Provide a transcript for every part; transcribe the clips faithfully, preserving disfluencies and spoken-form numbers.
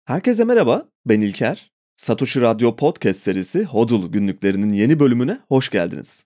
Herkese merhaba, ben İlker. Satoshi Radyo Podcast serisi HODL günlüklerinin yeni bölümüne hoş geldiniz.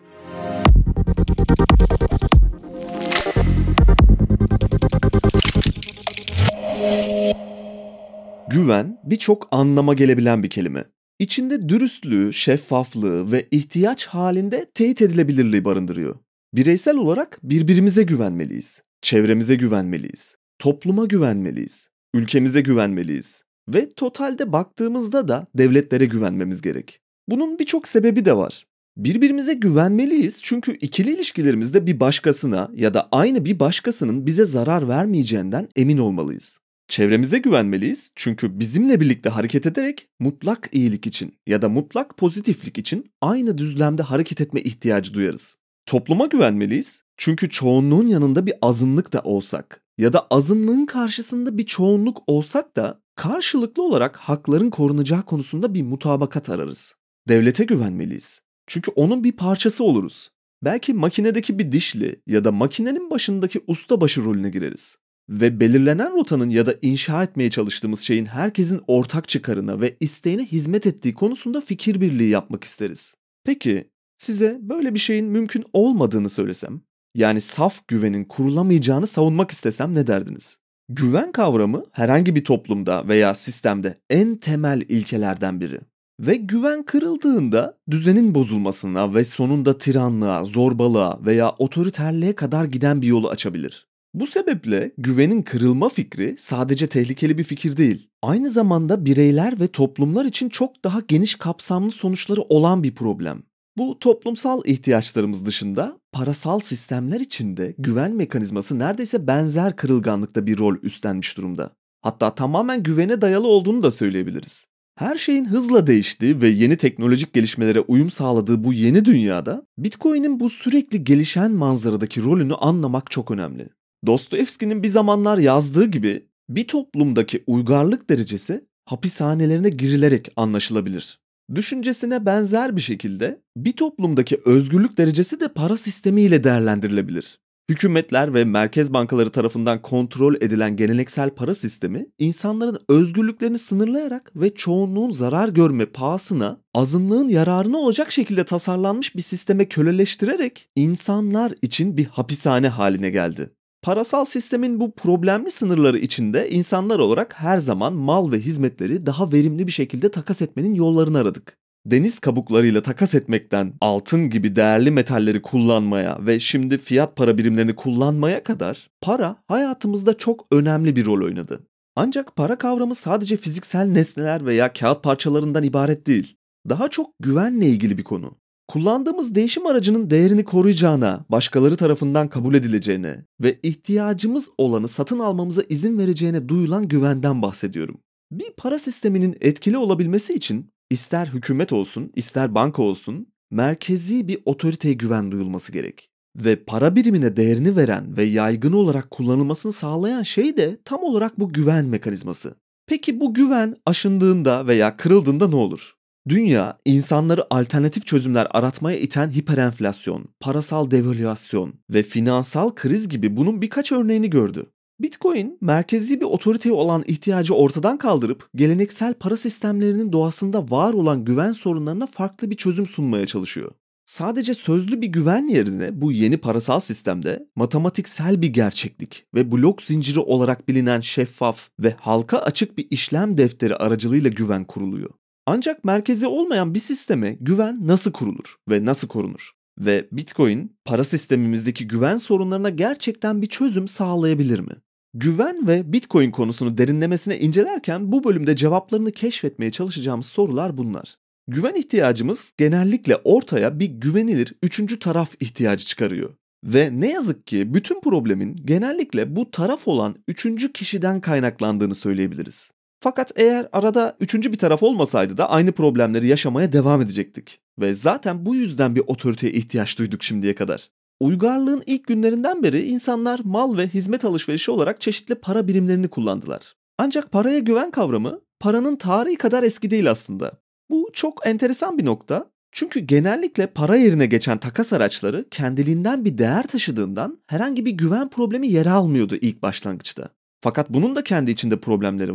Güven birçok anlama gelebilen bir kelime. İçinde dürüstlüğü, şeffaflığı ve ihtiyaç halinde teyit edilebilirliği barındırıyor. Bireysel olarak birbirimize güvenmeliyiz, çevremize güvenmeliyiz, topluma güvenmeliyiz, ülkemize güvenmeliyiz ve totalde baktığımızda da devletlere güvenmemiz gerek. Bunun birçok sebebi de var. Birbirimize güvenmeliyiz çünkü ikili ilişkilerimizde bir başkasına ya da aynı bir başkasının bize zarar vermeyeceğinden emin olmalıyız. Çevremize güvenmeliyiz çünkü bizimle birlikte hareket ederek mutlak iyilik için ya da mutlak pozitiflik için aynı düzlemde hareket etme ihtiyacı duyarız. Topluma güvenmeliyiz çünkü çoğunluğun yanında bir azınlık da olsak ya da azınlığın karşısında bir çoğunluk olsak da karşılıklı olarak hakların korunacağı konusunda bir mutabakat ararız. Devlete güvenmeliyiz çünkü onun bir parçası oluruz. Belki makinedeki bir dişli ya da makinenin başındaki ustabaşı rolüne gireriz. Ve belirlenen rotanın ya da inşa etmeye çalıştığımız şeyin herkesin ortak çıkarına ve isteğine hizmet ettiği konusunda fikir birliği yapmak isteriz. Peki, size böyle bir şeyin mümkün olmadığını söylesem, yani saf güvenin kurulamayacağını savunmak istesem ne derdiniz? Güven kavramı herhangi bir toplumda veya sistemde en temel ilkelerden biri. Ve güven kırıldığında düzenin bozulmasına ve sonunda tiranlığa, zorbalığa veya otoriterliğe kadar giden bir yolu açabilir. Bu sebeple güvenin kırılma fikri sadece tehlikeli bir fikir değil. Aynı zamanda bireyler ve toplumlar için çok daha geniş kapsamlı sonuçları olan bir problem. Bu toplumsal ihtiyaçlarımız dışında parasal sistemler içinde güven mekanizması neredeyse benzer kırılganlıkta bir rol üstlenmiş durumda. Hatta tamamen güvene dayalı olduğunu da söyleyebiliriz. Her şeyin hızla değiştiği ve yeni teknolojik gelişmelere uyum sağladığı bu yeni dünyada Bitcoin'in bu sürekli gelişen manzaradaki rolünü anlamak çok önemli. Dostoyevski'nin bir zamanlar yazdığı gibi bir toplumdaki uygarlık derecesi hapishanelerine girilerek anlaşılabilir. Düşüncesine benzer bir şekilde bir toplumdaki özgürlük derecesi de para sistemiyle değerlendirilebilir. Hükümetler ve merkez bankaları tarafından kontrol edilen geleneksel para sistemi, insanların özgürlüklerini sınırlayarak ve çoğunluğun zarar görme pahasına azınlığın yararına olacak şekilde tasarlanmış bir sisteme köleleştirerek insanlar için bir hapishane haline geldi. Parasal sistemin bu problemli sınırları içinde insanlar olarak her zaman mal ve hizmetleri daha verimli bir şekilde takas etmenin yollarını aradık. Deniz kabuklarıyla takas etmekten altın gibi değerli metalleri kullanmaya ve şimdi fiyat para birimlerini kullanmaya kadar para hayatımızda çok önemli bir rol oynadı. Ancak para kavramı sadece fiziksel nesneler veya kağıt parçalarından ibaret değil. Daha çok güvenle ilgili bir konu. Kullandığımız değişim aracının değerini koruyacağına, başkaları tarafından kabul edileceğine ve ihtiyacımız olanı satın almamıza izin vereceğine duyulan güvenden bahsediyorum. Bir para sisteminin etkili olabilmesi için ister hükümet olsun, ister banka olsun, merkezi bir otoriteye güven duyulması gerek. Ve para birimine değerini veren ve yaygın olarak kullanılmasını sağlayan şey de tam olarak bu güven mekanizması. Peki bu güven aşındığında veya kırıldığında ne olur? Dünya, insanları alternatif çözümler aratmaya iten hiperenflasyon, parasal devalüasyon ve finansal kriz gibi bunun birkaç örneğini gördü. Bitcoin, merkezi bir otoriteye olan ihtiyacı ortadan kaldırıp geleneksel para sistemlerinin doğasında var olan güven sorunlarına farklı bir çözüm sunmaya çalışıyor. Sadece sözlü bir güven yerine bu yeni parasal sistemde matematiksel bir gerçeklik ve blok zinciri olarak bilinen şeffaf ve halka açık bir işlem defteri aracılığıyla güven kuruluyor. Ancak merkezi olmayan bir sisteme güven nasıl kurulur ve nasıl korunur? Ve Bitcoin, para sistemimizdeki güven sorunlarına gerçekten bir çözüm sağlayabilir mi? Güven ve Bitcoin konusunu derinlemesine incelerken bu bölümde cevaplarını keşfetmeye çalışacağımız sorular bunlar. Güven ihtiyacımız genellikle ortaya bir güvenilir üçüncü taraf ihtiyacı çıkarıyor. Ve ne yazık ki bütün problemin genellikle bu taraf olan üçüncü kişiden kaynaklandığını söyleyebiliriz. Fakat eğer arada üçüncü bir taraf olmasaydı da aynı problemleri yaşamaya devam edecektik. Ve zaten bu yüzden bir otoriteye ihtiyaç duyduk şimdiye kadar. Uygarlığın ilk günlerinden beri insanlar mal ve hizmet alışverişi olarak çeşitli para birimlerini kullandılar. Ancak paraya güven kavramı paranın tarihi kadar eski değil aslında. Bu çok enteresan bir nokta. Çünkü genellikle para yerine geçen takas araçları kendiliğinden bir değer taşıdığından herhangi bir güven problemi yer almıyordu ilk başlangıçta. Fakat bunun da kendi içinde problemleri var.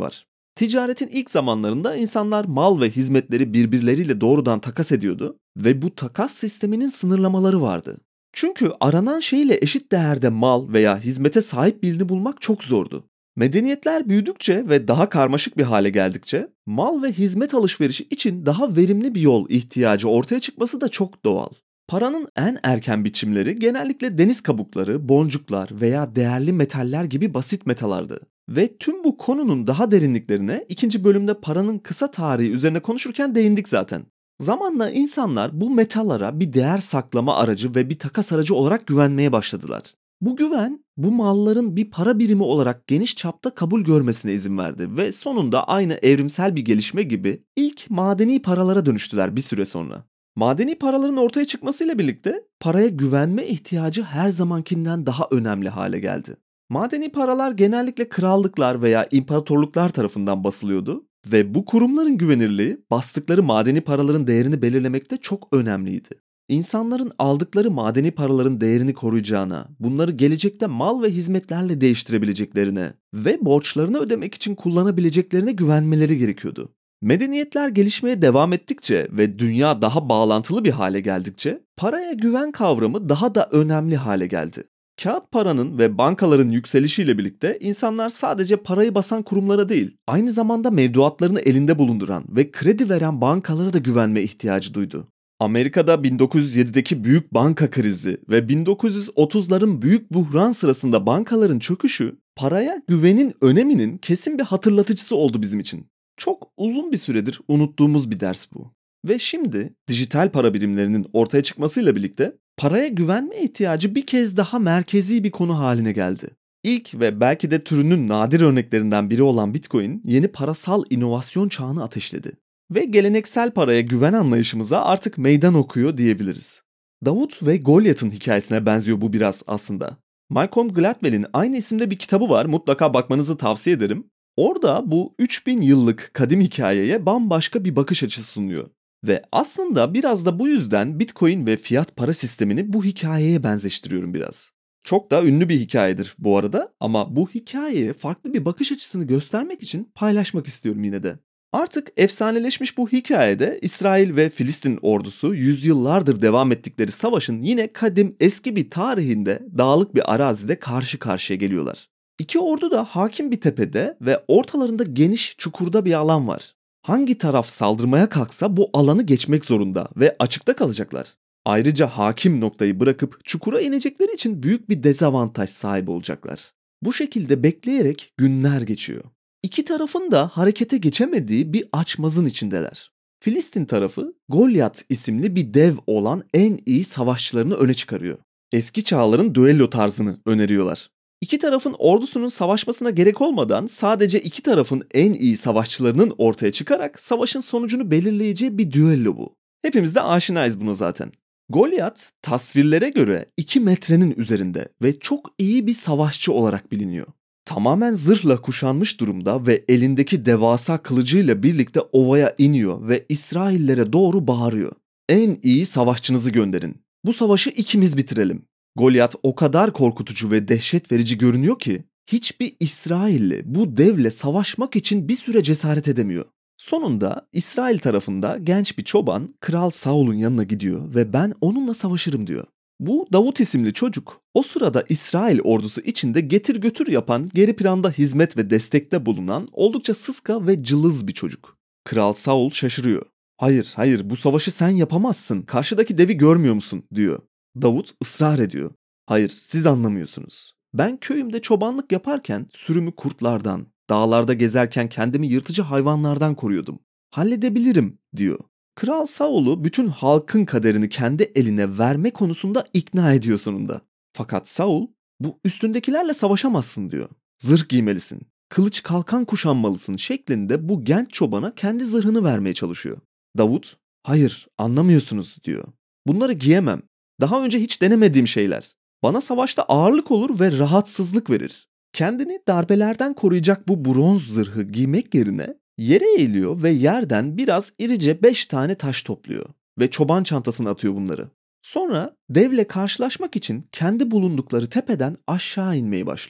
Ticaretin ilk zamanlarında insanlar mal ve hizmetleri birbirleriyle doğrudan takas ediyordu ve bu takas sisteminin sınırlamaları vardı. Çünkü aranan şeyle eşit değerde mal veya hizmete sahip birini bulmak çok zordu. Medeniyetler büyüdükçe ve daha karmaşık bir hale geldikçe mal ve hizmet alışverişi için daha verimli bir yol ihtiyacı ortaya çıkması da çok doğal. Paranın en erken biçimleri genellikle deniz kabukları, boncuklar veya değerli metaller gibi basit metalardı. Ve tüm bu konunun daha derinliklerine ikinci bölümde paranın kısa tarihi üzerine konuşurken değindik zaten. Zamanla insanlar bu metallara bir değer saklama aracı ve bir takas aracı olarak güvenmeye başladılar. Bu güven, bu malların bir para birimi olarak geniş çapta kabul görmesine izin verdi ve sonunda aynı evrimsel bir gelişme gibi ilk madeni paralara dönüştüler bir süre sonra. Madeni paraların ortaya çıkmasıyla birlikte paraya güvenme ihtiyacı her zamankinden daha önemli hale geldi. Madeni paralar genellikle krallıklar veya imparatorluklar tarafından basılıyordu ve bu kurumların güvenirliği bastıkları madeni paraların değerini belirlemekte çok önemliydi. İnsanların aldıkları madeni paraların değerini koruyacağına, bunları gelecekte mal ve hizmetlerle değiştirebileceklerine ve borçlarını ödemek için kullanabileceklerine güvenmeleri gerekiyordu. Medeniyetler gelişmeye devam ettikçe ve dünya daha bağlantılı bir hale geldikçe paraya güven kavramı daha da önemli hale geldi. Kağıt paranın ve bankaların yükselişiyle birlikte insanlar sadece parayı basan kurumlara değil, aynı zamanda mevduatlarını elinde bulunduran ve kredi veren bankalara da güvenme ihtiyacı duydu. Amerika'da bin dokuz yüz yedideki büyük banka krizi ve bin dokuz yüz otuzların büyük buhran sırasında bankaların çöküşü, paraya güvenin öneminin kesin bir hatırlatıcısı oldu bizim için. Çok uzun bir süredir unuttuğumuz bir ders bu. Ve şimdi dijital para birimlerinin ortaya çıkmasıyla birlikte paraya güvenme ihtiyacı bir kez daha merkezi bir konu haline geldi. İlk ve belki de türünün nadir örneklerinden biri olan Bitcoin yeni parasal inovasyon çağını ateşledi. Ve geleneksel paraya güven anlayışımıza artık meydan okuyor diyebiliriz. Davut ve Golyat'ın hikayesine benziyor bu biraz aslında. Malcolm Gladwell'in aynı isimde bir kitabı var, mutlaka bakmanızı tavsiye ederim. Orada bu üç bin yıllık kadim hikayeye bambaşka bir bakış açısı sunuyor. Ve aslında biraz da bu yüzden Bitcoin ve fiyat para sistemini bu hikayeye benzeştiriyorum biraz. Çok da ünlü bir hikayedir bu arada ama bu hikayeye farklı bir bakış açısını göstermek için paylaşmak istiyorum yine de. Artık efsaneleşmiş bu hikayede İsrail ve Filistin ordusu yüzyıllardır devam ettikleri savaşın yine kadim eski bir tarihinde dağlık bir arazide karşı karşıya geliyorlar. İki ordu da hakim bir tepede ve ortalarında geniş çukurda bir alan var. Hangi taraf saldırmaya kalksa bu alanı geçmek zorunda ve açıkta kalacaklar. Ayrıca hakim noktayı bırakıp çukura inecekleri için büyük bir dezavantaj sahibi olacaklar. Bu şekilde bekleyerek günler geçiyor. İki tarafın da harekete geçemediği bir açmazın içindeler. Filistin tarafı Golyat isimli bir dev olan en iyi savaşçılarını öne çıkarıyor. Eski çağların düello tarzını öneriyorlar. İki tarafın ordusunun savaşmasına gerek olmadan sadece iki tarafın en iyi savaşçılarının ortaya çıkarak savaşın sonucunu belirleyeceği bir düello bu. Hepimiz de aşinayız buna zaten. Golyat tasvirlere göre iki metrenin üzerinde ve çok iyi bir savaşçı olarak biliniyor. Tamamen zırhla kuşanmış durumda ve elindeki devasa kılıcıyla birlikte ovaya iniyor ve İsraillere doğru bağırıyor. En iyi savaşçınızı gönderin. Bu savaşı ikimiz bitirelim. Golyat o kadar korkutucu ve dehşet verici görünüyor ki hiçbir İsrailli bu devle savaşmak için bir süre cesaret edemiyor. Sonunda İsrail tarafında genç bir çoban Kral Saul'un yanına gidiyor ve ben onunla savaşırım diyor. Bu Davut isimli çocuk o sırada İsrail ordusu içinde getir götür yapan, geri planda hizmet ve destekte bulunan oldukça sıska ve cılız bir çocuk. Kral Saul şaşırıyor. Hayır hayır bu savaşı sen yapamazsın, karşıdaki devi görmüyor musun diyor. Davut ısrar ediyor. Hayır siz anlamıyorsunuz. Ben köyümde çobanlık yaparken sürümü kurtlardan, dağlarda gezerken kendimi yırtıcı hayvanlardan koruyordum. Halledebilirim diyor. Kral Saul'u bütün halkın kaderini kendi eline verme konusunda ikna ediyor sonunda. Fakat Saul bu üstündekilerle savaşamazsın diyor. Zırh giymelisin, kılıç kalkan kuşanmalısın şeklinde bu genç çobana kendi zırhını vermeye çalışıyor. Davut hayır anlamıyorsunuz diyor. Bunları giyemem. Daha önce hiç denemediğim şeyler. Bana savaşta ağırlık olur ve rahatsızlık verir. Kendini darbelerden koruyacak bu bronz zırhı giymek yerine yere eğiliyor ve yerden biraz irice beş tane taş topluyor ve çoban çantasına atıyor bunları. Sonra devle karşılaşmak için kendi bulundukları tepeden aşağı inmeyi başlıyor.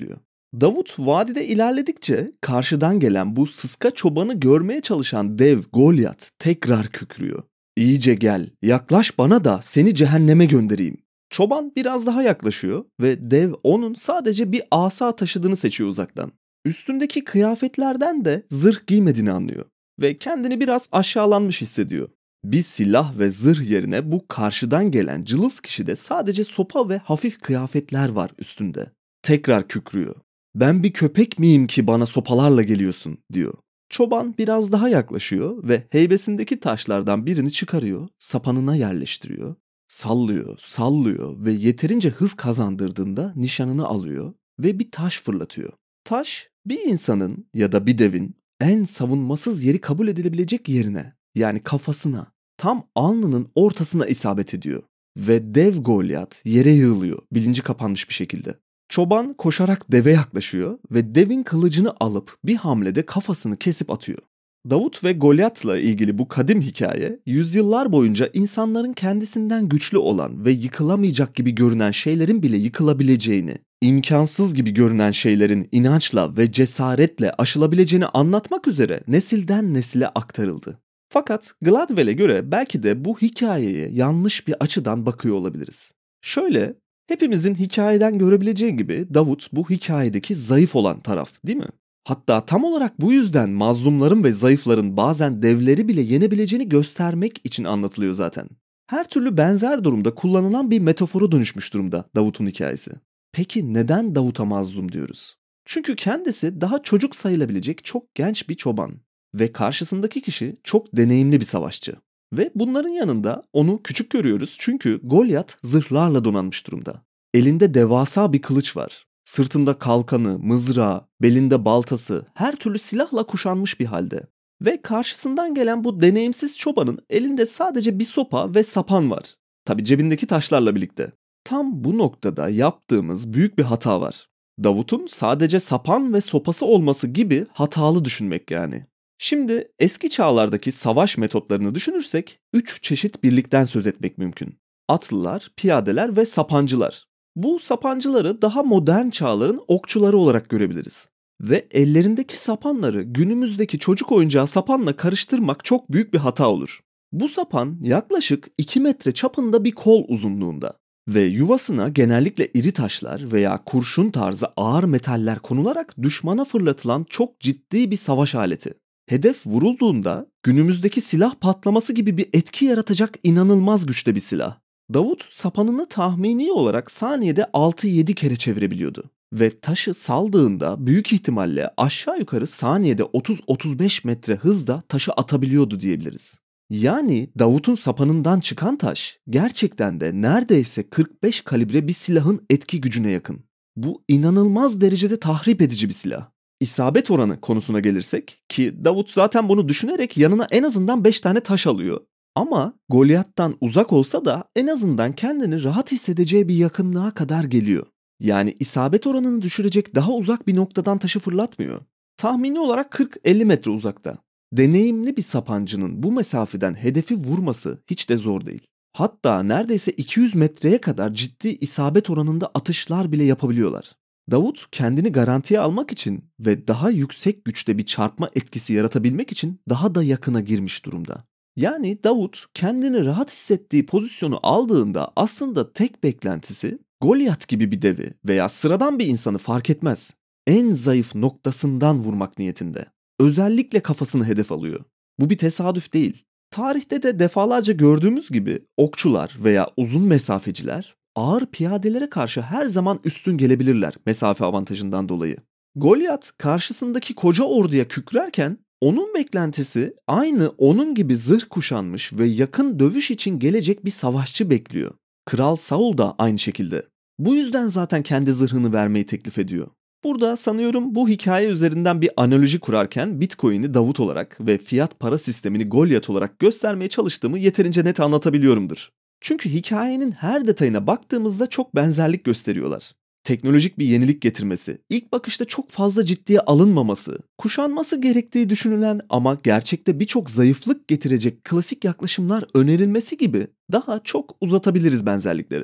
Davut vadide ilerledikçe karşıdan gelen bu sıska çobanı görmeye çalışan dev Golyat tekrar kükrüyor. İyice gel, yaklaş bana da seni cehenneme göndereyim. Çoban biraz daha yaklaşıyor ve dev onun sadece bir asa taşıdığını seçiyor uzaktan. Üstündeki kıyafetlerden de zırh giymediğini anlıyor ve kendini biraz aşağılanmış hissediyor. Bir silah ve zırh yerine bu karşıdan gelen cılız kişide sadece sopa ve hafif kıyafetler var üstünde. Tekrar kükrüyor. Ben bir köpek miyim ki bana sopalarla geliyorsun diyor. Çoban biraz daha yaklaşıyor ve heybesindeki taşlardan birini çıkarıyor, sapanına yerleştiriyor. Sallıyor, sallıyor ve yeterince hız kazandırdığında nişanını alıyor ve bir taş fırlatıyor. Taş bir insanın ya da bir devin en savunmasız yeri kabul edilebilecek yerine, yani kafasına, tam alnının ortasına isabet ediyor. Ve dev Golyat yere yığılıyor, bilinci kapanmış bir şekilde. Çoban koşarak deve yaklaşıyor ve devin kılıcını alıp bir hamlede kafasını kesip atıyor. Davut ve Golyat'la ilgili bu kadim hikaye, yüzyıllar boyunca insanların kendisinden güçlü olan ve yıkılamayacak gibi görünen şeylerin bile yıkılabileceğini, imkansız gibi görünen şeylerin inançla ve cesaretle aşılabileceğini anlatmak üzere nesilden nesile aktarıldı. Fakat Gladwell'e göre belki de bu hikayeye yanlış bir açıdan bakıyor olabiliriz. Şöyle, hepimizin hikayeden görebileceği gibi Davut bu hikayedeki zayıf olan taraf, değil mi? Hatta tam olarak bu yüzden mazlumların ve zayıfların bazen devleri bile yenebileceğini göstermek için anlatılıyor zaten. Her türlü benzer durumda kullanılan bir metaforu dönüşmüş durumda Davut'un hikayesi. Peki neden Davut'a mazlum diyoruz? Çünkü kendisi daha çocuk sayılabilecek çok genç bir çoban ve karşısındaki kişi çok deneyimli bir savaşçı. Ve bunların yanında onu küçük görüyoruz çünkü Golyat zırhlarla donanmış durumda. Elinde devasa bir kılıç var. Sırtında kalkanı, mızrağı, belinde baltası, her türlü silahla kuşanmış bir halde. Ve karşısından gelen bu deneyimsiz çobanın elinde sadece bir sopa ve sapan var. Tabi cebindeki taşlarla birlikte. Tam bu noktada yaptığımız büyük bir hata var. Davut'un sadece sapan ve sopası olması gibi hatalı düşünmek yani. Şimdi eski çağlardaki savaş metotlarını düşünürsek üç çeşit birlikten söz etmek mümkün. Atlılar, piyadeler ve sapancılar. Bu sapancıları daha modern çağların okçuları olarak görebiliriz. Ve ellerindeki sapanları günümüzdeki çocuk oyuncağı sapanla karıştırmak çok büyük bir hata olur. Bu sapan yaklaşık iki metre çapında bir kol uzunluğunda ve yuvasına genellikle iri taşlar veya kurşun tarzı ağır metaller konularak düşmana fırlatılan çok ciddi bir savaş aleti. Hedef vurulduğunda günümüzdeki silah patlaması gibi bir etki yaratacak inanılmaz güçte bir silah. Davut sapanını tahmini olarak saniyede altı yedi kere çevirebiliyordu. Ve taşı saldığında büyük ihtimalle aşağı yukarı saniyede otuz otuz beş metre hızla taşı atabiliyordu diyebiliriz. Yani Davut'un sapanından çıkan taş gerçekten de neredeyse kırk beş kalibre bir silahın etki gücüne yakın. Bu inanılmaz derecede tahrip edici bir silah. İsabet oranı konusuna gelirsek ki Davut zaten bunu düşünerek yanına en azından beş tane taş alıyor. Ama Golyat'tan uzak olsa da en azından kendini rahat hissedeceği bir yakınlığa kadar geliyor. Yani isabet oranını düşürecek daha uzak bir noktadan taşı fırlatmıyor. Tahmini olarak kırk elli metre uzakta. Deneyimli bir sapancının bu mesafeden hedefi vurması hiç de zor değil. Hatta neredeyse iki yüz metreye kadar ciddi isabet oranında atışlar bile yapabiliyorlar. Davut kendini garantiye almak için ve daha yüksek güçte bir çarpma etkisi yaratabilmek için daha da yakına girmiş durumda. Yani Davut kendini rahat hissettiği pozisyonu aldığında aslında tek beklentisi Golyat gibi bir devi veya sıradan bir insanı fark etmez. En zayıf noktasından vurmak niyetinde. Özellikle kafasını hedef alıyor. Bu bir tesadüf değil. Tarihte de defalarca gördüğümüz gibi okçular veya uzun mesafeciler ağır piyadelere karşı her zaman üstün gelebilirler mesafe avantajından dolayı. Golyat karşısındaki koca orduya kükrerken onun beklentisi aynı onun gibi zırh kuşanmış ve yakın dövüş için gelecek bir savaşçı bekliyor. Kral Saul da aynı şekilde. Bu yüzden zaten kendi zırhını vermeyi teklif ediyor. Burada sanıyorum bu hikaye üzerinden bir analoji kurarken Bitcoin'i Davut olarak ve fiyat para sistemini Golyat olarak göstermeye çalıştığımı yeterince net anlatabiliyorumdur. Çünkü hikayenin her detayına baktığımızda çok benzerlik gösteriyorlar. Teknolojik bir yenilik getirmesi, ilk bakışta çok fazla ciddiye alınmaması, kuşanması gerektiği düşünülen ama gerçekte birçok zayıflık getirecek klasik yaklaşımlar önerilmesi gibi daha çok uzatabiliriz benzerlikleri.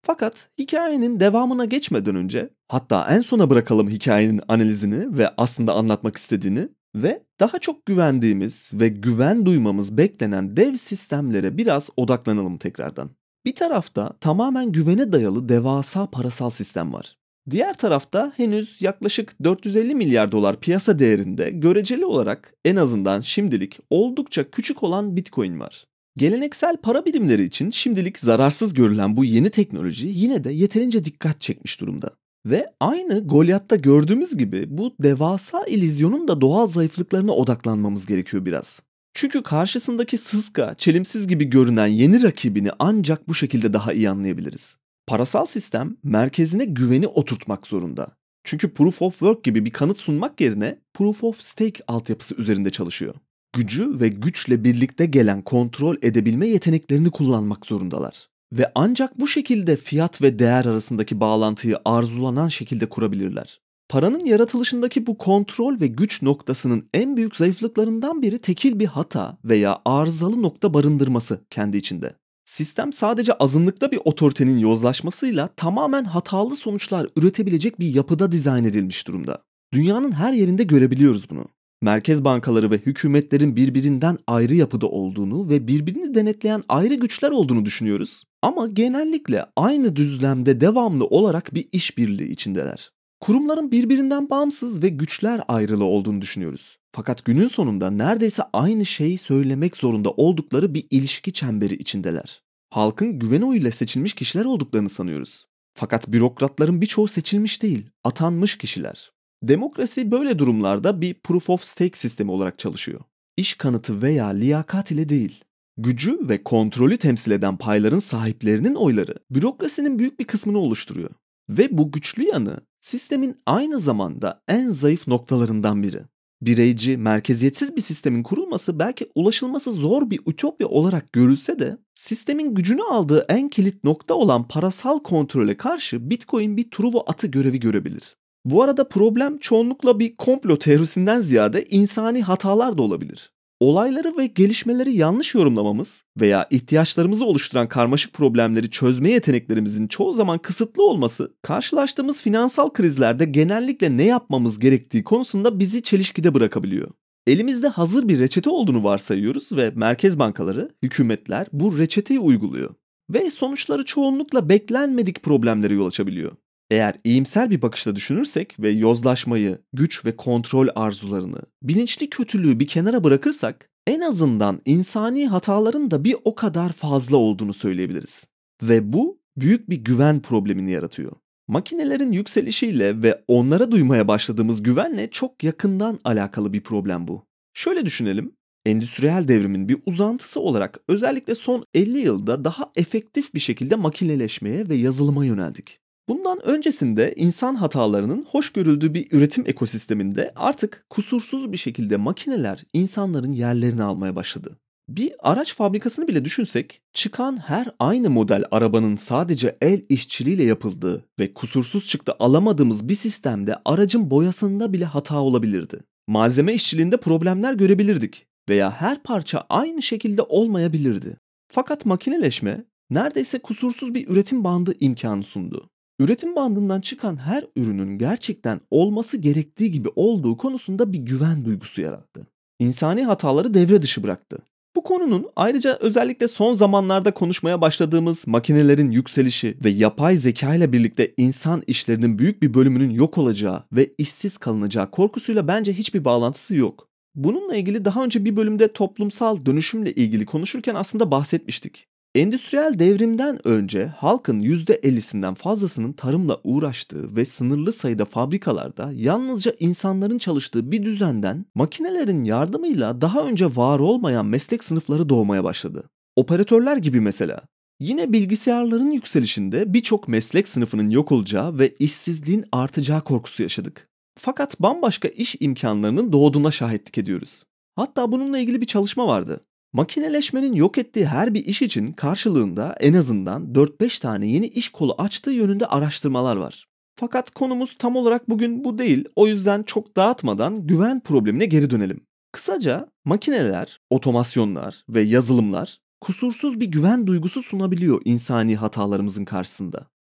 Fakat hikayenin devamına geçmeden önce, hatta en sona bırakalım hikayenin analizini ve aslında anlatmak istediğini ve daha çok güvendiğimiz ve güven duymamız beklenen dev sistemlere biraz odaklanalım tekrardan. Bir tarafta tamamen güvene dayalı devasa parasal sistem var. Diğer tarafta henüz yaklaşık dört yüz elli milyar dolar piyasa değerinde göreceli olarak en azından şimdilik oldukça küçük olan Bitcoin var. Geleneksel para birimleri için şimdilik zararsız görülen bu yeni teknoloji yine de yeterince dikkat çekmiş durumda. Ve aynı Goliath'ta gördüğümüz gibi bu devasa illüzyonun da doğal zayıflıklarına odaklanmamız gerekiyor biraz. Çünkü karşısındaki sıska, çelimsiz gibi görünen yeni rakibini ancak bu şekilde daha iyi anlayabiliriz. Parasal sistem merkezine güveni oturtmak zorunda. Çünkü Proof of Work gibi bir kanıt sunmak yerine Proof of Stake altyapısı üzerinde çalışıyor. Gücü ve güçle birlikte gelen kontrol edebilme yeteneklerini kullanmak zorundalar. Ve ancak bu şekilde fiyat ve değer arasındaki bağlantıyı arzulanan şekilde kurabilirler. Paranın yaratılışındaki bu kontrol ve güç noktasının en büyük zayıflıklarından biri tekil bir hata veya arızalı nokta barındırması kendi içinde. Sistem sadece azınlıkta bir otoritenin yozlaşmasıyla tamamen hatalı sonuçlar üretebilecek bir yapıda dizayn edilmiş durumda. Dünyanın her yerinde görebiliyoruz bunu. Merkez bankaları ve hükümetlerin birbirinden ayrı yapıda olduğunu ve birbirini denetleyen ayrı güçler olduğunu düşünüyoruz. Ama genellikle aynı düzlemde devamlı olarak bir işbirliği içindeler. Kurumların birbirinden bağımsız ve güçler ayrılığı olduğunu düşünüyoruz. Fakat günün sonunda neredeyse aynı şeyi söylemek zorunda oldukları bir ilişki çemberi içindeler. Halkın güven oyuyla seçilmiş kişiler olduklarını sanıyoruz. Fakat bürokratların birçoğu seçilmiş değil, atanmış kişiler. Demokrasi böyle durumlarda bir proof of stake sistemi olarak çalışıyor. İş kanıtı veya liyakat ile değil. Gücü ve kontrolü temsil eden payların sahiplerinin oyları bürokrasinin büyük bir kısmını oluşturuyor. Ve bu güçlü yanı sistemin aynı zamanda en zayıf noktalarından biri. Bireyci, merkeziyetsiz bir sistemin kurulması belki ulaşılması zor bir ütopya olarak görülse de sistemin gücünü aldığı en kilit nokta olan parasal kontrole karşı Bitcoin bir Truva atı görevi görebilir. Bu arada problem çoğunlukla bir komplo teorisinden ziyade insani hatalar da olabilir. Olayları ve gelişmeleri yanlış yorumlamamız veya ihtiyaçlarımızı oluşturan karmaşık problemleri çözme yeteneklerimizin çoğu zaman kısıtlı olması, karşılaştığımız finansal krizlerde genellikle ne yapmamız gerektiği konusunda bizi çelişkide bırakabiliyor. Elimizde hazır bir reçete olduğunu varsayıyoruz ve merkez bankaları, hükümetler bu reçeteyi uyguluyor. Ve sonuçları çoğunlukla beklenmedik problemlere yol açabiliyor. Eğer iyimser bir bakışla düşünürsek ve yozlaşmayı, güç ve kontrol arzularını, bilinçli kötülüğü bir kenara bırakırsak en azından insani hataların da bir o kadar fazla olduğunu söyleyebiliriz. Ve bu büyük bir güven problemini yaratıyor. Makinelerin yükselişiyle ve onlara duymaya başladığımız güvenle çok yakından alakalı bir problem bu. Şöyle düşünelim. Endüstriyel devrimin bir uzantısı olarak özellikle son elli yılda daha efektif bir şekilde makineleşmeye ve yazılıma yöneldik. Bundan öncesinde insan hatalarının hoş görüldüğü bir üretim ekosisteminde artık kusursuz bir şekilde makineler insanların yerlerini almaya başladı. Bir araç fabrikasını bile düşünsek, çıkan her aynı model arabanın sadece el işçiliğiyle yapıldığı ve kusursuz çıktı alamadığımız bir sistemde aracın boyasında bile hata olabilirdi. Malzeme işçiliğinde problemler görebilirdik veya her parça aynı şekilde olmayabilirdi. Fakat makineleşme neredeyse kusursuz bir üretim bandı imkanı sundu. Üretim bandından çıkan her ürünün gerçekten olması gerektiği gibi olduğu konusunda bir güven duygusu yarattı. İnsani hataları devre dışı bıraktı. Bu konunun ayrıca özellikle son zamanlarda konuşmaya başladığımız makinelerin yükselişi ve yapay zeka ile birlikte insan işlerinin büyük bir bölümünün yok olacağı ve işsiz kalınacağı korkusuyla bence hiçbir bağlantısı yok. Bununla ilgili daha önce bir bölümde toplumsal dönüşümle ilgili konuşurken aslında bahsetmiştik. Endüstriyel devrimden önce halkın yüzde ellisinden fazlasının tarımla uğraştığı ve sınırlı sayıda fabrikalarda yalnızca insanların çalıştığı bir düzenden makinelerin yardımıyla daha önce var olmayan meslek sınıfları doğmaya başladı. Operatörler gibi mesela. Yine bilgisayarların yükselişinde birçok meslek sınıfının yok olacağı ve işsizliğin artacağı korkusu yaşadık. Fakat bambaşka iş imkanlarının doğduğuna şahitlik ediyoruz. Hatta bununla ilgili bir çalışma vardı. Makineleşmenin yok ettiği her bir iş için karşılığında en azından dört beş tane yeni iş kolu açtığı yönünde araştırmalar var. Fakat konumuz tam olarak bugün bu değil, o yüzden çok dağıtmadan güven problemine geri dönelim. Kısaca makineler, otomasyonlar ve yazılımlar kusursuz bir güven duygusu sunabiliyor insani hatalarımızın karşısında.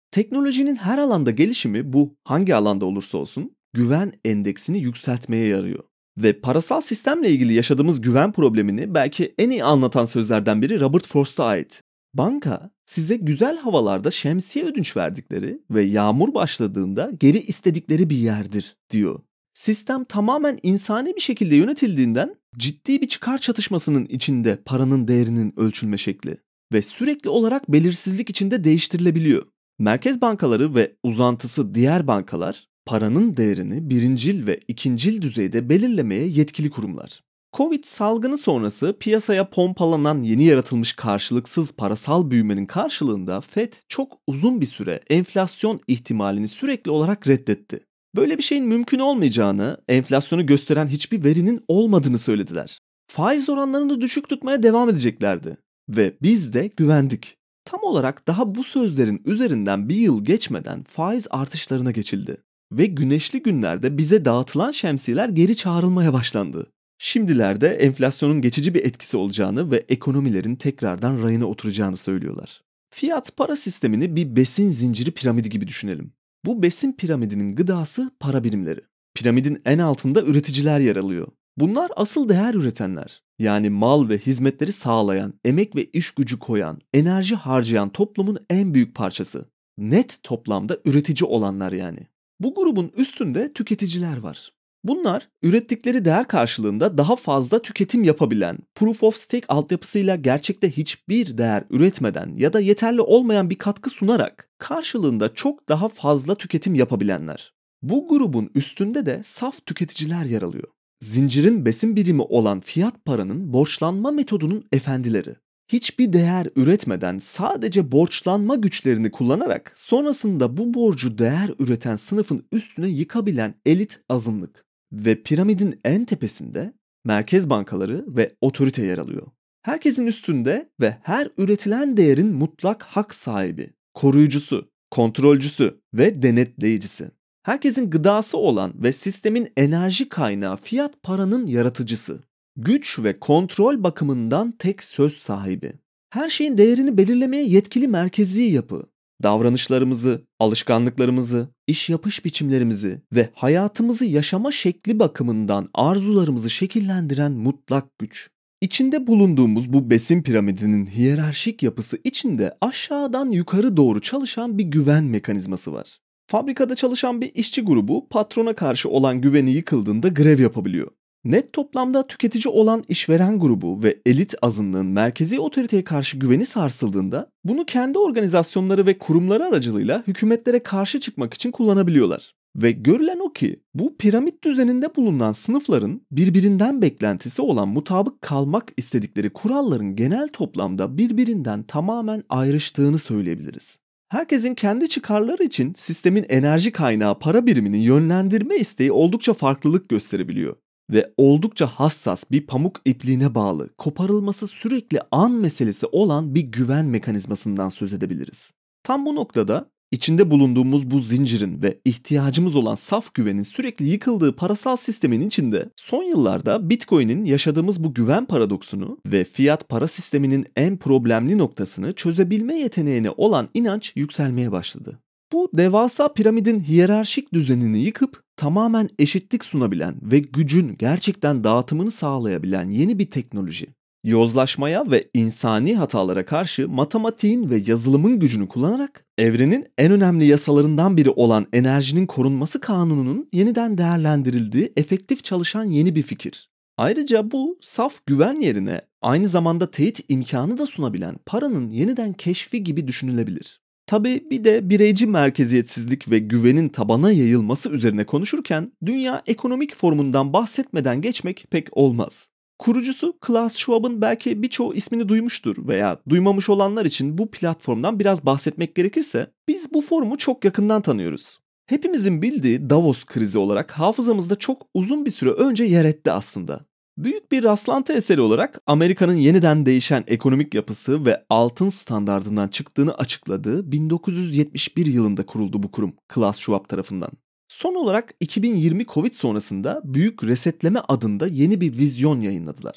Teknolojinin her alanda gelişimi, bu hangi alanda olursa olsun, güven endeksini yükseltmeye yarıyor. Ve parasal sistemle ilgili yaşadığımız güven problemini belki en iyi anlatan sözlerden biri Robert Frost'a ait. Banka size güzel havalarda şemsiye ödünç verdikleri ve yağmur başladığında geri istedikleri bir yerdir diyor. Sistem tamamen insani bir şekilde yönetildiğinden ciddi bir çıkar çatışmasının içinde paranın değerinin ölçülme şekli ve sürekli olarak belirsizlik içinde değiştirilebiliyor. Merkez bankaları ve uzantısı diğer bankalar paranın değerini birincil ve ikincil düzeyde belirlemeye yetkili kurumlar. Covid salgını sonrası piyasaya pompalanan yeni yaratılmış karşılıksız parasal büyümenin karşılığında Fed çok uzun bir süre enflasyon ihtimalini sürekli olarak reddetti. Böyle bir şeyin mümkün olmayacağını, enflasyonu gösteren hiçbir verinin olmadığını söylediler. Faiz oranlarını düşük tutmaya devam edeceklerdi ve biz de güvendik. Tam olarak daha bu sözlerin üzerinden bir yıl geçmeden faiz artışlarına geçildi ve güneşli günlerde bize dağıtılan şemsiyeler geri çağrılmaya başlandı. Şimdilerde enflasyonun geçici bir etkisi olacağını ve ekonomilerin tekrardan rayına oturacağını söylüyorlar. Fiyat para sistemini bir besin zinciri piramidi gibi düşünelim. Bu besin piramidinin gıdası para birimleri. Piramidin en altında üreticiler yer alıyor. Bunlar asıl değer üretenler. Yani mal ve hizmetleri sağlayan, emek ve iş gücü koyan, enerji harcayan toplumun en büyük parçası. Net toplamda üretici olanlar yani. Bu grubun üstünde tüketiciler var. Bunlar ürettikleri değer karşılığında daha fazla tüketim yapabilen, proof of stake altyapısıyla gerçekte hiçbir değer üretmeden ya da yeterli olmayan bir katkı sunarak karşılığında çok daha fazla tüketim yapabilenler. Bu grubun üstünde de saf tüketiciler yer alıyor. Zincirin besin birimi olan fiyat paranın borçlanma metodunun efendileri. Hiçbir değer üretmeden sadece borçlanma güçlerini kullanarak sonrasında bu borcu değer üreten sınıfın üstüne yıkabilen elit azınlık. Ve piramidin en tepesinde merkez bankaları ve otorite yer alıyor. Herkesin üstünde ve her üretilen değerin mutlak hak sahibi, koruyucusu, kontrolcüsü ve denetleyicisi. Herkesin gıdası olan ve sistemin enerji kaynağı fiyat paranın yaratıcısı. Güç ve kontrol bakımından tek söz sahibi. Her şeyin değerini belirlemeye yetkili merkezi yapı. Davranışlarımızı, alışkanlıklarımızı, iş yapış biçimlerimizi ve hayatımızı yaşama şekli bakımından arzularımızı şekillendiren mutlak güç. İçinde bulunduğumuz bu besin piramidinin hiyerarşik yapısı içinde aşağıdan yukarı doğru çalışan bir güven mekanizması var. Fabrikada çalışan bir işçi grubu patrona karşı olan güveni yıkıldığında grev yapabiliyor. Net toplamda tüketici olan işveren grubu ve elit azınlığın merkezi otoriteye karşı güveni sarsıldığında bunu kendi organizasyonları ve kurumları aracılığıyla hükümetlere karşı çıkmak için kullanabiliyorlar. Ve görülen o ki bu piramit düzeninde bulunan sınıfların birbirinden beklentisi olan mutabık kalmak istedikleri kuralların genel toplamda birbirinden tamamen ayrıştığını söyleyebiliriz. Herkesin kendi çıkarları için sistemin enerji kaynağı para birimini yönlendirme isteği oldukça farklılık gösterebiliyor. Ve oldukça hassas bir pamuk ipliğine bağlı, koparılması sürekli an meselesi olan bir güven mekanizmasından söz edebiliriz. Tam bu noktada içinde bulunduğumuz bu zincirin ve ihtiyacımız olan saf güvenin sürekli yıkıldığı parasal sistemin içinde son yıllarda Bitcoin'in yaşadığımız bu güven paradoksunu ve fiyat para sisteminin en problemli noktasını çözebilme yeteneğine olan inanç yükselmeye başladı. Bu devasa piramidin hiyerarşik düzenini yıkıp tamamen eşitlik sunabilen ve gücün gerçekten dağıtımını sağlayabilen yeni bir teknoloji. Yozlaşmaya ve insani hatalara karşı matematiğin ve yazılımın gücünü kullanarak evrenin en önemli yasalarından biri olan enerjinin korunması kanununun yeniden değerlendirildiği efektif çalışan yeni bir fikir. Ayrıca bu saf güven yerine aynı zamanda teyit imkanı da sunabilen paranın yeniden keşfi gibi düşünülebilir. Tabii bir de bireyci merkeziyetsizlik ve güvenin tabana yayılması üzerine konuşurken Dünya Ekonomik Forumu'ndan bahsetmeden geçmek pek olmaz. Kurucusu Klaus Schwab'ın belki birçoğu ismini duymuştur veya duymamış olanlar için bu platformdan biraz bahsetmek gerekirse biz bu forumu çok yakından tanıyoruz. Hepimizin bildiği Davos krizi olarak hafızamızda çok uzun bir süre önce yer etti aslında. Büyük bir rastlantı eseri olarak Amerika'nın yeniden değişen ekonomik yapısı ve altın standardından çıktığını açıkladığı bin dokuz yüz yetmiş bir yılında kuruldu bu kurum Klaus Schwab tarafından. Son olarak iki bin yirmi Covid sonrasında Büyük Resetleme adında yeni bir vizyon yayınladılar.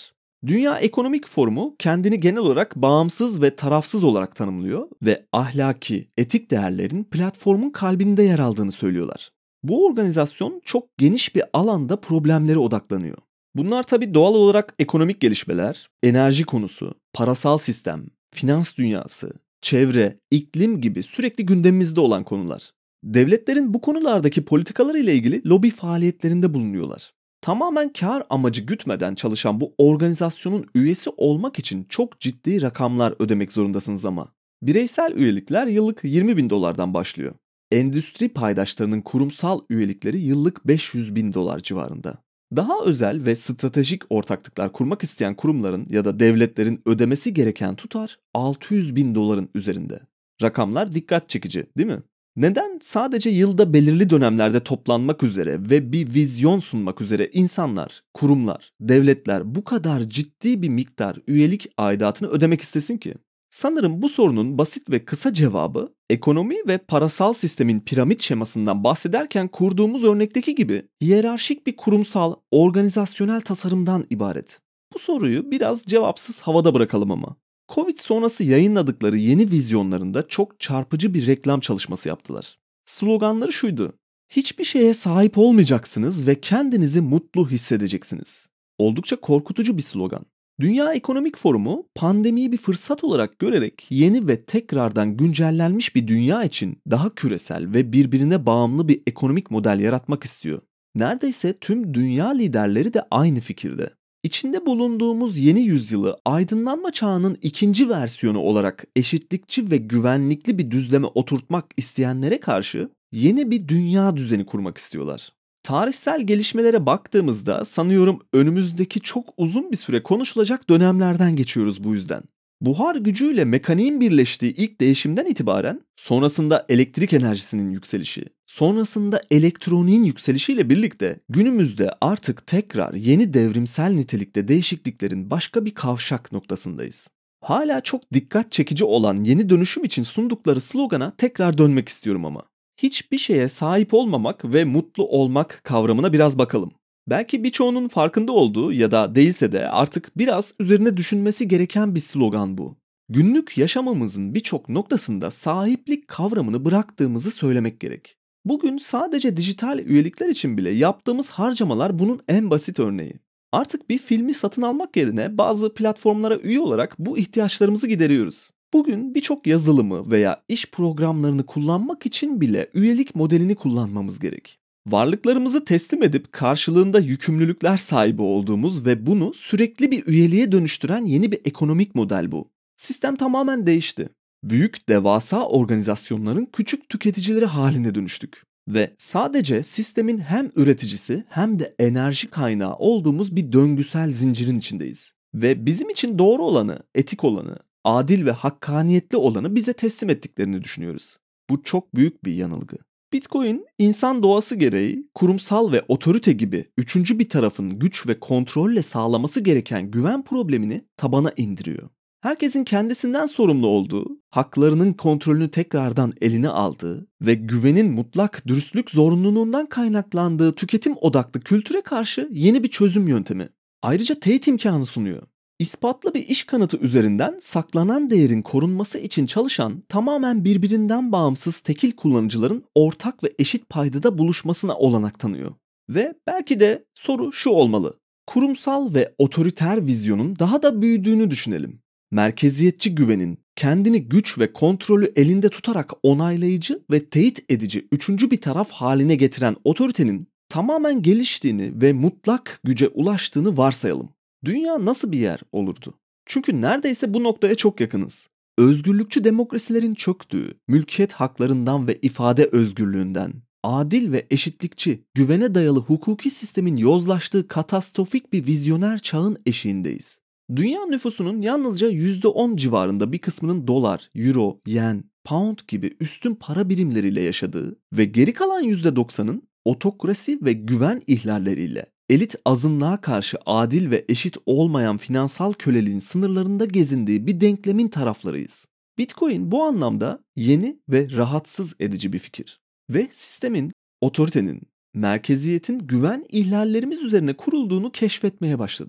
Dünya Ekonomik Forumu kendini genel olarak bağımsız ve tarafsız olarak tanımlıyor ve ahlaki, etik değerlerin platformun kalbinde yer aldığını söylüyorlar. Bu organizasyon çok geniş bir alanda problemlere odaklanıyor. Bunlar tabii doğal olarak ekonomik gelişmeler, enerji konusu, parasal sistem, finans dünyası, çevre, iklim gibi sürekli gündemimizde olan konular. Devletlerin bu konulardaki politikaları ile ilgili lobi faaliyetlerinde bulunuyorlar. Tamamen kar amacı gütmeden çalışan bu organizasyonun üyesi olmak için çok ciddi rakamlar ödemek zorundasınız ama. Bireysel üyelikler yıllık yirmi bin dolardan başlıyor. Endüstri paydaşlarının kurumsal üyelikleri yıllık beş yüz bin dolar civarında. Daha özel ve stratejik ortaklıklar kurmak isteyen kurumların ya da devletlerin ödemesi gereken tutar altı yüz bin doların üzerinde. Rakamlar dikkat çekici, değil mi? Neden sadece yılda belirli dönemlerde toplanmak üzere ve bir vizyon sunmak üzere insanlar, kurumlar, devletler bu kadar ciddi bir miktar üyelik aidatını ödemek istesin ki? Sanırım bu sorunun basit ve kısa cevabı ekonomi ve parasal sistemin piramit şemasından bahsederken kurduğumuz örnekteki gibi hiyerarşik bir kurumsal, organizasyonel tasarımdan ibaret. Bu soruyu biraz cevapsız havada bırakalım ama. Covid sonrası yayınladıkları yeni vizyonlarında çok çarpıcı bir reklam çalışması yaptılar. Sloganları şuydu: hiçbir şeye sahip olmayacaksınız ve kendinizi mutlu hissedeceksiniz. Oldukça korkutucu bir slogan. Dünya Ekonomik Forumu pandemiyi bir fırsat olarak görerek yeni ve tekrardan güncellenmiş bir dünya için daha küresel ve birbirine bağımlı bir ekonomik model yaratmak istiyor. Neredeyse tüm dünya liderleri de aynı fikirde. İçinde bulunduğumuz yeni yüzyılı aydınlanma çağının ikinci versiyonu olarak eşitlikçi ve güvenlikli bir düzleme oturtmak isteyenlere karşı yeni bir dünya düzeni kurmak istiyorlar. Tarihsel gelişmelere baktığımızda sanıyorum önümüzdeki çok uzun bir süre konuşulacak dönemlerden geçiyoruz bu yüzden. Buhar gücüyle mekaniğin birleştiği ilk değişimden itibaren sonrasında elektrik enerjisinin yükselişi, sonrasında elektroniğin yükselişiyle birlikte günümüzde artık tekrar yeni devrimsel nitelikte değişikliklerin başka bir kavşak noktasındayız. Hala çok dikkat çekici olan yeni dönüşüm için sundukları slogana tekrar dönmek istiyorum ama. Hiçbir şeye sahip olmamak ve mutlu olmak kavramına biraz bakalım. Belki birçoğunun farkında olduğu ya da değilse de artık biraz üzerine düşünmesi gereken bir slogan bu. Günlük yaşamımızın birçok noktasında sahiplik kavramını bıraktığımızı söylemek gerek. Bugün sadece dijital üyelikler için bile yaptığımız harcamalar bunun en basit örneği. Artık bir filmi satın almak yerine bazı platformlara üye olarak bu ihtiyaçlarımızı gideriyoruz. Bugün birçok yazılımı veya iş programlarını kullanmak için bile üyelik modelini kullanmamız gerek. Varlıklarımızı teslim edip karşılığında yükümlülükler sahibi olduğumuz ve bunu sürekli bir üyeliğe dönüştüren yeni bir ekonomik model bu. Sistem tamamen değişti. Büyük devasa organizasyonların küçük tüketicileri haline dönüştük. Ve sadece sistemin hem üreticisi hem de enerji kaynağı olduğumuz bir döngüsel zincirin içindeyiz. Ve bizim için doğru olanı, etik olanı, adil ve hakkaniyetli olanı bize teslim ettiklerini düşünüyoruz. Bu çok büyük bir yanılgı. Bitcoin, insan doğası gereği kurumsal ve otorite gibi üçüncü bir tarafın güç ve kontrolle sağlaması gereken güven problemini tabana indiriyor. Herkesin kendisinden sorumlu olduğu, haklarının kontrolünü tekrardan eline aldığı ve güvenin mutlak dürüstlük zorunluluğundan kaynaklandığı tüketim odaklı kültüre karşı yeni bir çözüm yöntemi. Ayrıca teyit imkanı sunuyor. İspatlı bir iş kanıtı üzerinden saklanan değerin korunması için çalışan tamamen birbirinden bağımsız tekil kullanıcıların ortak ve eşit paydada buluşmasına olanak tanıyor. Ve belki de soru şu olmalı: kurumsal ve otoriter vizyonun daha da büyüdüğünü düşünelim. Merkeziyetçi güvenin kendini güç ve kontrolü elinde tutarak onaylayıcı ve teyit edici üçüncü bir taraf haline getiren otoritenin tamamen geliştiğini ve mutlak güce ulaştığını varsayalım. Dünya nasıl bir yer olurdu? Çünkü neredeyse bu noktaya çok yakınız. Özgürlükçü demokrasilerin çöktüğü, mülkiyet haklarından ve ifade özgürlüğünden, adil ve eşitlikçi, güvene dayalı hukuki sistemin yozlaştığı katastrofik bir vizyoner çağın eşiğindeyiz. Dünya nüfusunun yalnızca yüzde on civarında bir kısmının dolar, euro, yen, pound gibi üstün para birimleriyle yaşadığı ve geri kalan yüzde doksanın otokrasi ve güven ihlalleriyle elit azınlığa karşı adil ve eşit olmayan finansal köleliğin sınırlarında gezindiği bir denklemin taraflarıyız. Bitcoin bu anlamda yeni ve rahatsız edici bir fikir. Ve sistemin, otoritenin, merkeziyetin güven ihlallerimiz üzerine kurulduğunu keşfetmeye başladık.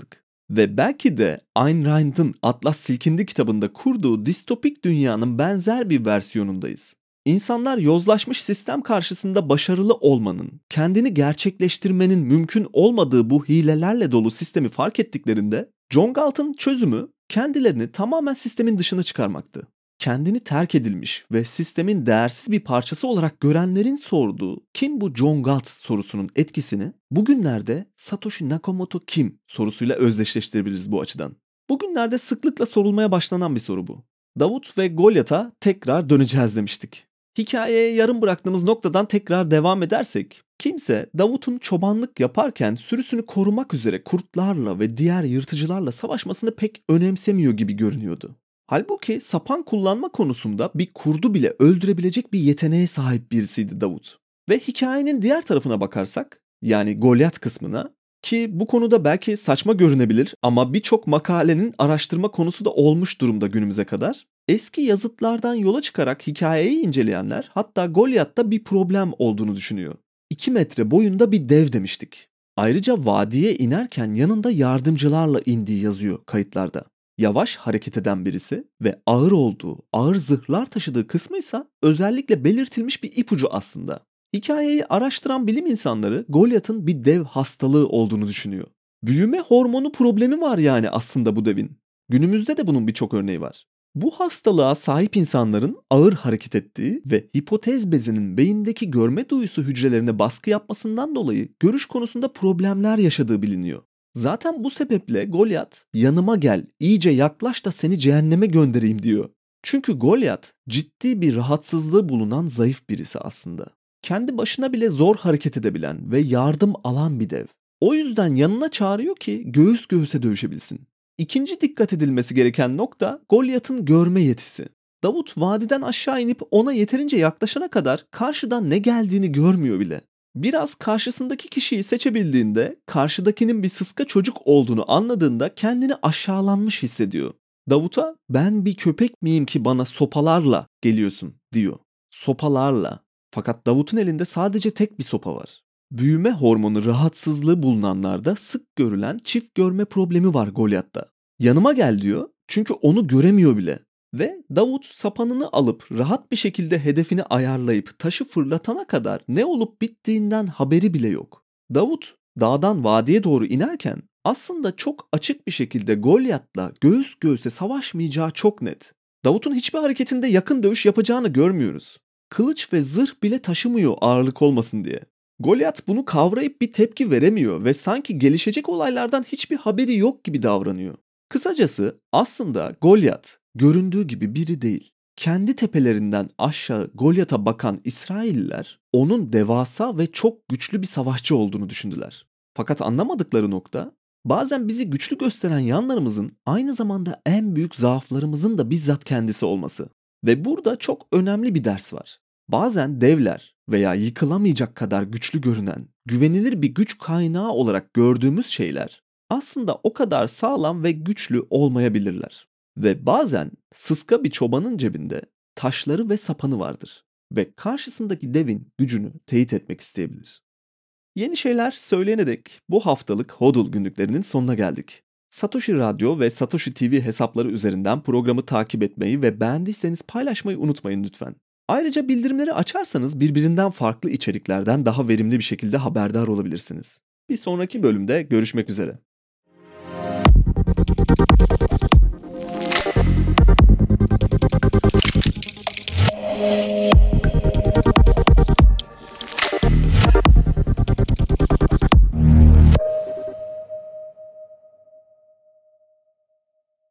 Ve belki de Ayn Rand'ın Atlas Silkindi kitabında kurduğu distopik dünyanın benzer bir versiyonundayız. İnsanlar yozlaşmış sistem karşısında başarılı olmanın, kendini gerçekleştirmenin mümkün olmadığı bu hilelerle dolu sistemi fark ettiklerinde John Galt'ın çözümü kendilerini tamamen sistemin dışına çıkarmaktı. Kendini terk edilmiş ve sistemin değersiz bir parçası olarak görenlerin sorduğu "Kim bu John Galt?" sorusunun etkisini bugünlerde Satoshi Nakamoto kim sorusuyla özdeşleştirebiliriz bu açıdan. Bugünlerde sıklıkla sorulmaya başlanan bir soru bu. Davut ve Golyat'a tekrar döneceğiz demiştik. Hikayeye yarım bıraktığımız noktadan tekrar devam edersek, kimse Davut'un çobanlık yaparken sürüsünü korumak üzere kurtlarla ve diğer yırtıcılarla savaşmasını pek önemsemiyor gibi görünüyordu. Halbuki sapan kullanma konusunda bir kurdu bile öldürebilecek bir yeteneğe sahip birisiydi Davut. Ve hikayenin diğer tarafına bakarsak, yani Golyat kısmına, ki bu konuda belki saçma görünebilir ama birçok makalenin araştırma konusu da olmuş durumda günümüze kadar. Eski yazıtlardan yola çıkarak hikayeyi inceleyenler hatta Golyat'ta bir problem olduğunu düşünüyor. iki metre boyunda bir dev demiştik. Ayrıca vadiye inerken yanında yardımcılarla indiği yazıyor kayıtlarda. Yavaş hareket eden birisi ve ağır olduğu, ağır zırhlar taşıdığı kısmıysa özellikle belirtilmiş bir ipucu aslında. Hikayeyi araştıran bilim insanları Golyat'ın bir dev hastalığı olduğunu düşünüyor. Büyüme hormonu problemi var yani aslında bu devin. Günümüzde de bunun birçok örneği var. Bu hastalığa sahip insanların ağır hareket ettiği ve hipotez bezinin beyindeki görme duyusu hücrelerine baskı yapmasından dolayı görüş konusunda problemler yaşadığı biliniyor. Zaten bu sebeple Golyat yanıma gel, iyice yaklaş da seni cehenneme göndereyim diyor. Çünkü Golyat ciddi bir rahatsızlığı bulunan zayıf birisi aslında. Kendi başına bile zor hareket edebilen ve yardım alan bir dev. O yüzden yanına çağırıyor ki göğüs göğüse dövüşebilsin. İkinci dikkat edilmesi gereken nokta Golyat'ın görme yetisi. Davut vadiden aşağı inip ona yeterince yaklaşana kadar karşıdan ne geldiğini görmüyor bile. Biraz karşısındaki kişiyi seçebildiğinde, karşıdakinin bir sıska çocuk olduğunu anladığında kendini aşağılanmış hissediyor. Davut'a "Ben bir köpek miyim ki bana sopalarla geliyorsun?" diyor. Sopalarla. Fakat Davut'un elinde sadece tek bir sopa var. Büyüme hormonu rahatsızlığı bulunanlarda sık görülen çift görme problemi var Golyat'ta. Yanıma gel diyor çünkü onu göremiyor bile. Ve Davut sapanını alıp rahat bir şekilde hedefini ayarlayıp taşı fırlatana kadar ne olup bittiğinden haberi bile yok. Davut dağdan vadiye doğru inerken aslında çok açık bir şekilde Golyat'la göğüs göğüse savaşmayacağı çok net. Davut'un hiçbir hareketinde yakın dövüş yapacağını görmüyoruz. Kılıç ve zırh bile taşımıyor ağırlık olmasın diye. Golyat bunu kavrayıp bir tepki veremiyor ve sanki gelişecek olaylardan hiçbir haberi yok gibi davranıyor. Kısacası aslında Golyat göründüğü gibi biri değil. Kendi tepelerinden aşağı Golyat'a bakan İsrailliler onun devasa ve çok güçlü bir savaşçı olduğunu düşündüler. Fakat anlamadıkları nokta bazen bizi güçlü gösteren yanlarımızın aynı zamanda en büyük zaaflarımızın da bizzat kendisi olması. Ve burada çok önemli bir ders var. Bazen devler veya yıkılamayacak kadar güçlü görünen, güvenilir bir güç kaynağı olarak gördüğümüz şeyler aslında o kadar sağlam ve güçlü olmayabilirler. Ve bazen sıska bir çobanın cebinde taşları ve sapanı vardır ve karşısındaki devin gücünü teyit etmek isteyebilir. Yeni şeyler söyleyene dek bu haftalık Hodl günlüklerinin sonuna geldik. Satoshi Radyo ve Satoshi T V hesapları üzerinden programı takip etmeyi ve beğendiyseniz paylaşmayı unutmayın lütfen. Ayrıca bildirimleri açarsanız birbirinden farklı içeriklerden daha verimli bir şekilde haberdar olabilirsiniz. Bir sonraki bölümde görüşmek üzere.